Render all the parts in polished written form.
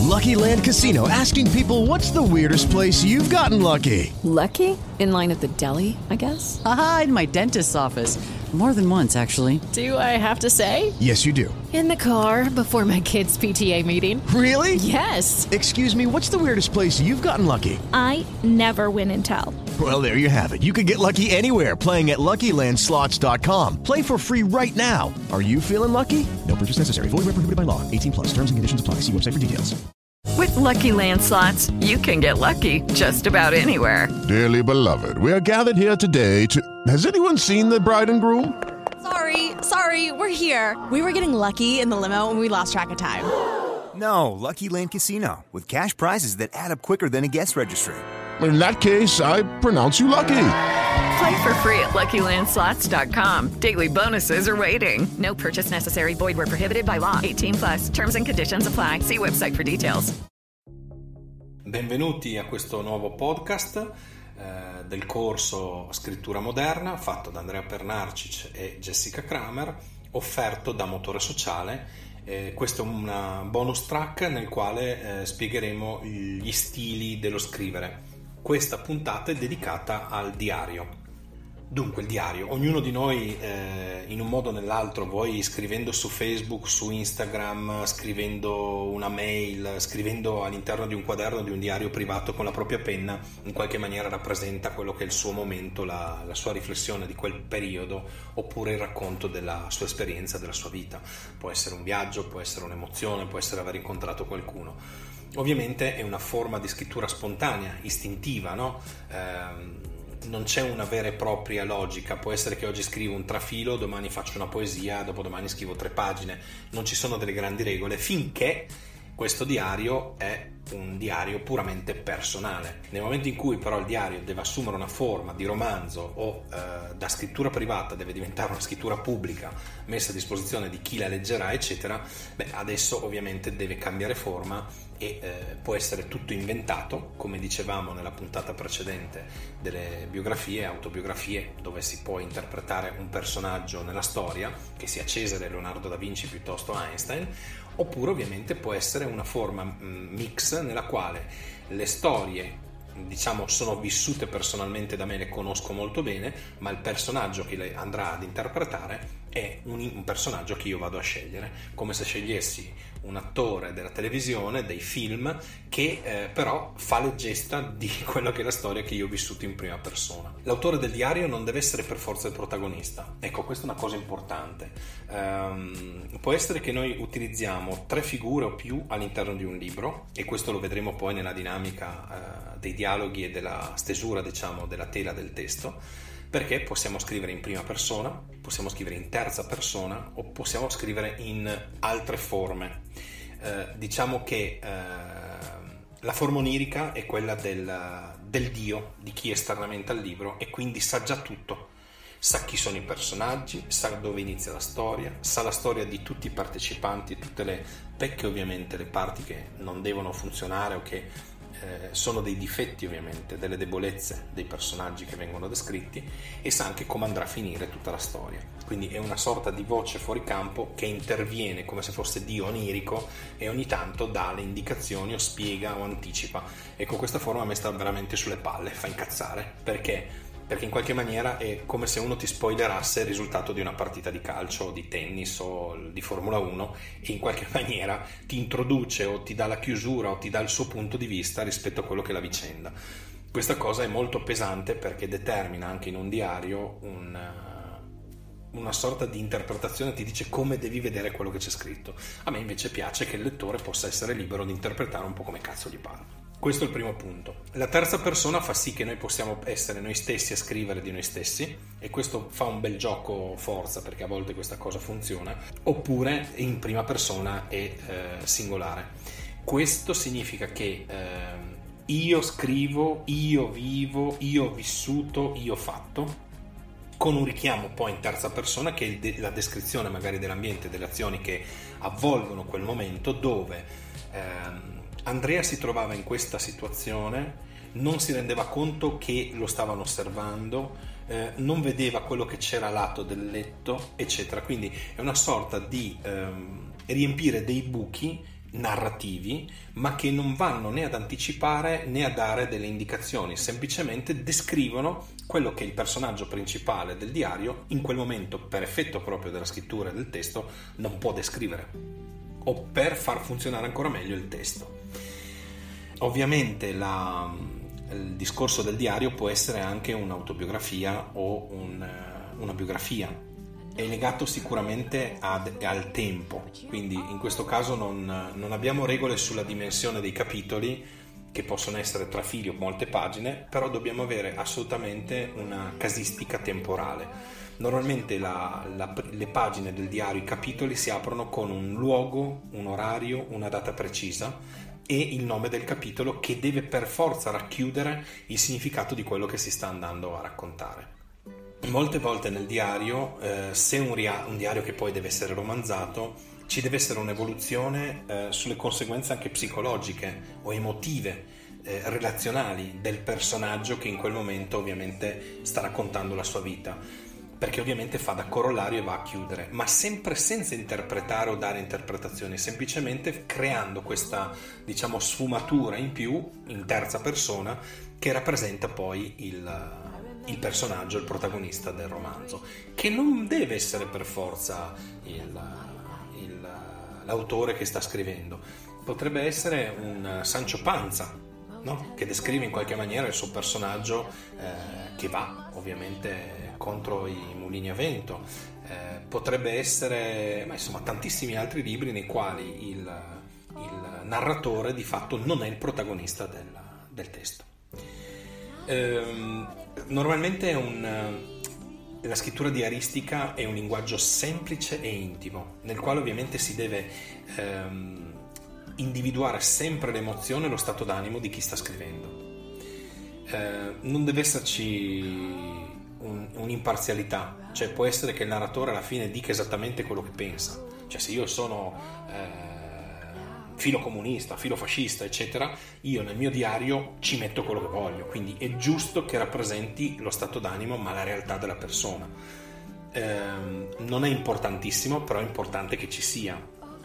Lucky Land Casino, asking people, what's the weirdest place you've gotten lucky? Lucky? In line at the deli, I guess? Aha, in my dentist's office. More than once, actually. Do I have to say? Yes, you do. In the car before my kids' PTA meeting. Really? Yes. Excuse me, what's the weirdest place you've gotten lucky? I never win and tell. Well, there you have it. You can get lucky anywhere, playing at LuckyLandSlots.com. Play for free right now. Are you feeling lucky? No purchase necessary. Void where prohibited by law. 18 plus. Terms and conditions apply. See website for details. With Lucky Land Slots, you can get lucky just about anywhere. Dearly beloved, we are gathered here today to... Has anyone seen the bride and groom? Sorry, we're here. We were getting lucky in the limo and we lost track of time. No, Lucky Land Casino, with cash prizes that add up quicker than a guest registry. In that case, I pronounce you lucky. Play for free at LuckyLandSlots.com. Daily bonuses are waiting. No purchase necessary. Void where prohibited by law. 18 plus. Terms and conditions apply. See website for details. Benvenuti a questo nuovo podcast del corso Scrittura Moderna fatto da Andrea Pernarcic e Jessica Kramer, offerto da Motore Sociale. Questo è un bonus track nel quale spiegheremo gli stili dello scrivere. Questa puntata è dedicata al diario. Dunque, il diario, ognuno di noi in un modo o nell'altro, vuoi scrivendo su Facebook, su Instagram, scrivendo una mail, scrivendo all'interno di un quaderno, di un diario privato con la propria penna, in qualche maniera rappresenta quello che è il suo momento, la sua riflessione di quel periodo, oppure il racconto della sua esperienza, della sua vita. Può essere un viaggio, può essere un'emozione, può essere aver incontrato qualcuno. Ovviamente è una forma di scrittura spontanea, istintiva, no? Non c'è una vera e propria logica. Può essere che oggi scrivo un trafilo, domani faccio una poesia, dopodomani scrivo 3 pagine. Non ci sono delle grandi regole finché questo diario è un diario puramente personale. Nel momento in cui però il diario deve assumere una forma di romanzo o da scrittura privata deve diventare una scrittura pubblica messa a disposizione di chi la leggerà, eccetera, adesso ovviamente deve cambiare forma e può essere tutto inventato, come dicevamo nella puntata precedente delle biografie, autobiografie, dove si può interpretare un personaggio nella storia, che sia Cesare, Leonardo da Vinci piuttosto Einstein, oppure ovviamente può essere una forma mix nella quale le storie, diciamo, sono vissute personalmente da me, le conosco molto bene, ma il personaggio che lei andrà ad interpretare è un personaggio che io vado a scegliere, come se scegliessi un attore della televisione, dei film, che però fa le gesta di quello che è la storia che io ho vissuto in prima persona. L'autore del diario non deve essere per forza il protagonista. Ecco, questa è una cosa importante. Può essere che noi utilizziamo 3 figure o più all'interno di un libro, e questo lo vedremo poi nella dinamica dei dialoghi e della stesura, diciamo, della tela del testo, perché possiamo scrivere in prima persona, possiamo scrivere in terza persona o possiamo scrivere in altre forme. Diciamo che la forma onirica è quella del Dio, di chi è esternamente al libro, e quindi sa già tutto. Sa chi sono i personaggi, sa dove inizia la storia, sa la storia di tutti i partecipanti, tutte le pecche, ovviamente, le parti che non devono funzionare o che sono dei difetti, ovviamente, delle debolezze dei personaggi che vengono descritti, e sa anche come andrà a finire tutta la storia. Quindi è una sorta di voce fuori campo che interviene come se fosse Dio onirico e ogni tanto dà le indicazioni o spiega o anticipa. Ecco, questa forma a me sta veramente sulle palle, fa incazzare, perché in qualche maniera è come se uno ti spoilerasse il risultato di una partita di calcio o di tennis o di Formula 1, e in qualche maniera ti introduce o ti dà la chiusura o ti dà il suo punto di vista rispetto a quello che è la vicenda. Questa cosa è molto pesante perché determina anche in un diario una sorta di interpretazione, ti dice come devi vedere quello che c'è scritto. A me invece piace che il lettore possa essere libero di interpretare un po' come cazzo gli pare. Questo è il primo punto. La terza persona fa sì che noi possiamo essere noi stessi a scrivere di noi stessi, e questo fa un bel gioco forza, perché a volte questa cosa funziona. Oppure in prima persona è singolare. Questo significa che io scrivo, io vivo, io ho vissuto, io ho fatto, con un richiamo poi in terza persona che è la descrizione magari dell'ambiente, delle azioni che avvolgono quel momento, dove Andrea si trovava in questa situazione, non si rendeva conto che lo stavano osservando, non vedeva quello che c'era a lato del letto, eccetera. Quindi è una sorta di riempire dei buchi narrativi, ma che non vanno né ad anticipare né a dare delle indicazioni, semplicemente descrivono quello che il personaggio principale del diario in quel momento, per effetto proprio della scrittura del testo, non può descrivere, o per far funzionare ancora meglio il testo. Ovviamente il discorso del diario può essere anche un'autobiografia o una biografia. È legato sicuramente al tempo, quindi in questo caso non abbiamo regole sulla dimensione dei capitoli, che possono essere 3 fili o molte pagine, però dobbiamo avere assolutamente una casistica temporale. Normalmente le pagine del diario, i capitoli, si aprono con un luogo, un orario, una data precisa e il nome del capitolo, che deve per forza racchiudere il significato di quello che si sta andando a raccontare. Molte volte nel diario, se un diario che poi deve essere romanzato, ci deve essere un'evoluzione sulle conseguenze anche psicologiche o emotive, relazionali del personaggio che in quel momento ovviamente sta raccontando la sua vita, perché ovviamente fa da corollario e va a chiudere, ma sempre senza interpretare o dare interpretazioni, semplicemente creando questa, diciamo, sfumatura in più in terza persona che rappresenta poi il personaggio, il protagonista del romanzo, che non deve essere per forza l'autore che sta scrivendo. Potrebbe essere un Sancho Panza, no? Che descrive in qualche maniera il suo personaggio, che va ovviamente contro i mulini a vento. Potrebbe essere, ma insomma, tantissimi altri libri nei quali il narratore di fatto non è il protagonista del testo. Normalmente la scrittura diaristica è un linguaggio semplice e intimo, nel quale ovviamente si deve individuare sempre l'emozione e lo stato d'animo di chi sta scrivendo. Non deve esserci un'imparzialità, cioè può essere che il narratore alla fine dica esattamente quello che pensa, cioè se io sono filo comunista, filo fascista, eccetera, io nel mio diario ci metto quello che voglio, quindi è giusto che rappresenti lo stato d'animo ma la realtà della persona. Non è importantissimo, però è importante che ci sia.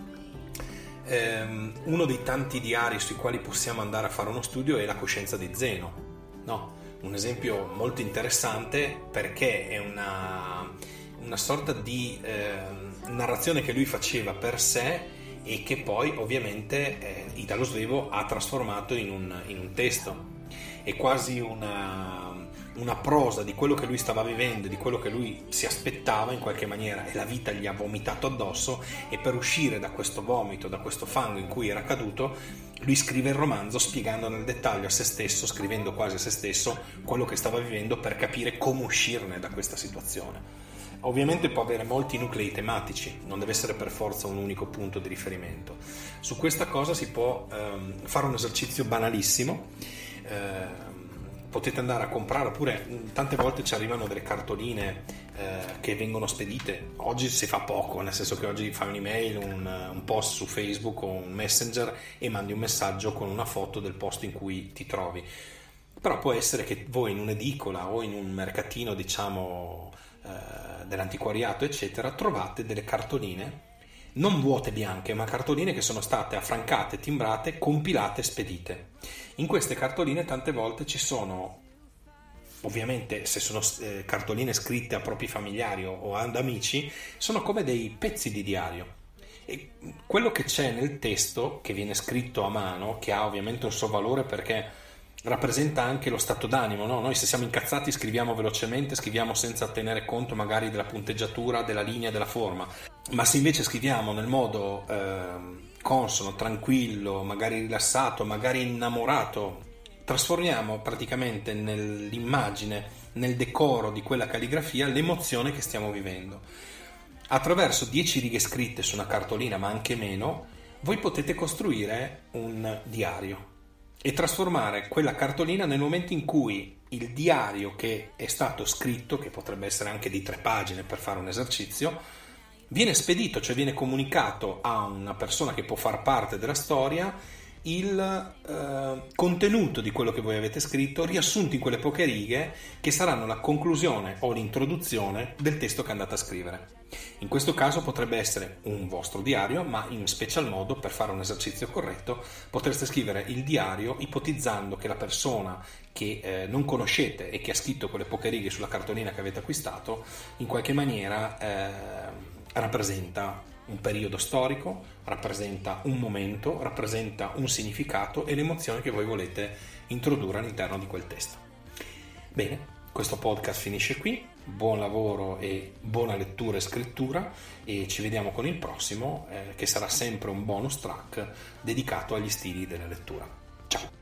Uno dei tanti diari sui quali possiamo andare a fare uno studio è La coscienza di Zeno, no? Un esempio molto interessante, perché è una sorta di narrazione che lui faceva per sé e che poi ovviamente Italo Svevo ha trasformato in un testo. È quasi una prosa di quello che lui stava vivendo, di quello che lui si aspettava in qualche maniera, e la vita gli ha vomitato addosso, e per uscire da questo vomito, da questo fango in cui era caduto, lui scrive il romanzo spiegando nel dettaglio a se stesso, scrivendo quasi a se stesso quello che stava vivendo, per capire come uscirne da questa situazione. Ovviamente può avere molti nuclei tematici, non deve essere per forza un unico punto di riferimento. Su questa cosa si può fare un esercizio banalissimo. Potete andare a comprare, oppure tante volte ci arrivano delle cartoline che vengono spedite. Oggi si fa poco, nel senso che oggi fai un'email, un post su Facebook o un Messenger e mandi un messaggio con una foto del posto in cui ti trovi. Però può essere che voi in un'edicola o in un mercatino, diciamo, dell'antiquariato eccetera, trovate delle cartoline non vuote bianche, ma cartoline che sono state affrancate, timbrate, compilate e spedite. In queste cartoline tante volte ci sono, ovviamente se sono cartoline scritte a propri familiari o ad amici, sono come dei pezzi di diario, e quello che c'è nel testo, che viene scritto a mano, che ha ovviamente un suo valore perché rappresenta anche lo stato d'animo, no? Noi se siamo incazzati scriviamo velocemente, scriviamo senza tenere conto magari della punteggiatura, della linea, della forma, ma se invece scriviamo nel modo consono, tranquillo, magari rilassato, magari innamorato, trasformiamo praticamente nell'immagine, nel decoro di quella calligrafia, l'emozione che stiamo vivendo. Attraverso 10 righe scritte su una cartolina, ma anche meno, voi potete costruire un diario e trasformare quella cartolina nel momento in cui il diario che è stato scritto, che potrebbe essere anche di 3 pagine per fare un esercizio, viene spedito, cioè viene comunicato a una persona che può far parte della storia, il contenuto di quello che voi avete scritto riassunto in quelle poche righe che saranno la conclusione o l'introduzione del testo che andate a scrivere. In questo caso potrebbe essere un vostro diario, ma in special modo, per fare un esercizio corretto, potreste scrivere il diario ipotizzando che la persona che non conoscete e che ha scritto quelle poche righe sulla cartolina che avete acquistato in qualche maniera rappresenta un periodo storico, rappresenta un momento, rappresenta un significato e l'emozione che voi volete introdurre all'interno di quel testo. Bene, questo podcast finisce qui, buon lavoro e buona lettura e scrittura, e ci vediamo con il prossimo che sarà sempre un bonus track dedicato agli stili della lettura. Ciao!